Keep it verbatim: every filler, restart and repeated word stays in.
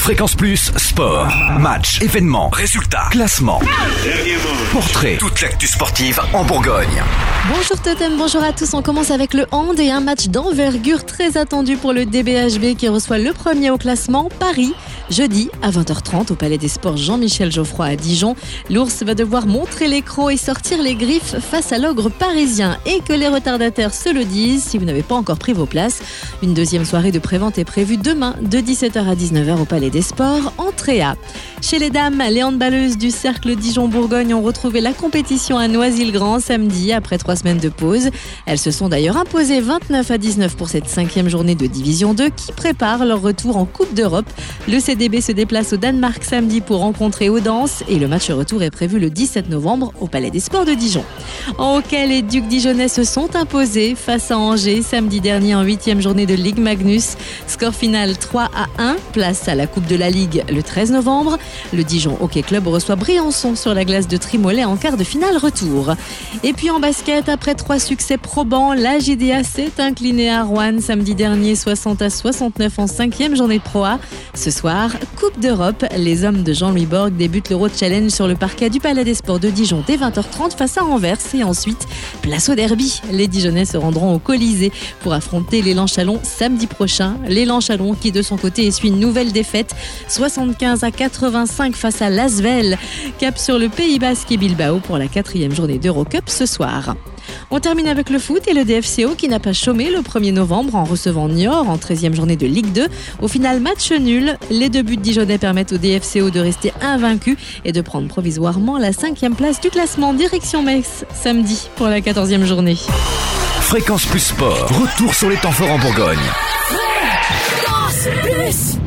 Fréquence Plus, sport, match, événements, résultats, classement, portrait, toute l'actu sportive en Bourgogne. Bonjour Totem, bonjour à tous. On commence avec le hand et un match d'envergure très attendu pour le D B H B qui reçoit le premier au classement, Paris. Jeudi à vingt heures trente au Palais des Sports Jean-Michel Geoffroy à Dijon. L'Ours va devoir montrer les crocs et sortir les griffes face à l'ogre parisien. Et que les retardataires se le disent si vous n'avez pas encore pris vos places. Une deuxième soirée de prévente est prévue demain de dix-sept heures à dix-neuf heures au Palais des Sports, entrée A. Chez les dames, les handballeuses du Cercle Dijon-Bourgogne ont retrouvé la compétition à Noisy-le-Grand samedi après trois semaines de pause. Elles se sont d'ailleurs imposées vingt-neuf à dix-neuf pour cette cinquième journée de Division deux qui prépare leur retour en Coupe d'Europe. Le C D B se déplace au Danemark samedi pour rencontrer Odense et le match retour est prévu le dix-sept novembre au Palais des Sports de Dijon. En hockey, les Ducs dijonnais se sont imposés face à Angers samedi dernier en huitième journée de Ligue Magnus. Score final trois à un, place à la Coupe de la Ligue le treize novembre. Le Dijon Hockey Club reçoit Briançon sur la glace de Trimolet en quart de finale retour. Et puis en basket, après trois succès probants, la J D A s'est inclinée à Rouen samedi dernier soixante à soixante-neuf en cinquième journée de Pro A. Ce soir, Coupe d'Europe, les hommes de Jean-Louis Borg débutent l'Euro Challenge sur le parquet du Palais des Sports de Dijon dès vingt heures trente face à Anvers et ensuite place au derby. Les Dijonnais se rendront au Colisée pour affronter l'élan Chalon samedi prochain. L'élan Chalon qui de son côté essuie une nouvelle défaite soixante-quinze à quatre-vingt-cinq face à Lasvel. Cap sur le Pays Basque et Bilbao pour la quatrième journée d'Eurocup ce soir. On termine avec le foot et le D F C O qui n'a pas chômé le premier novembre en recevant Niort en treizième journée de Ligue deux. Au final, match nul. Les deux buts dijonnais permettent au D F C O de rester invaincu et de prendre provisoirement la cinquième place du classement direction Metz samedi pour la quatorzième journée. Fréquence Plus Sport, retour sur les temps forts en Bourgogne. Fréquence Plus.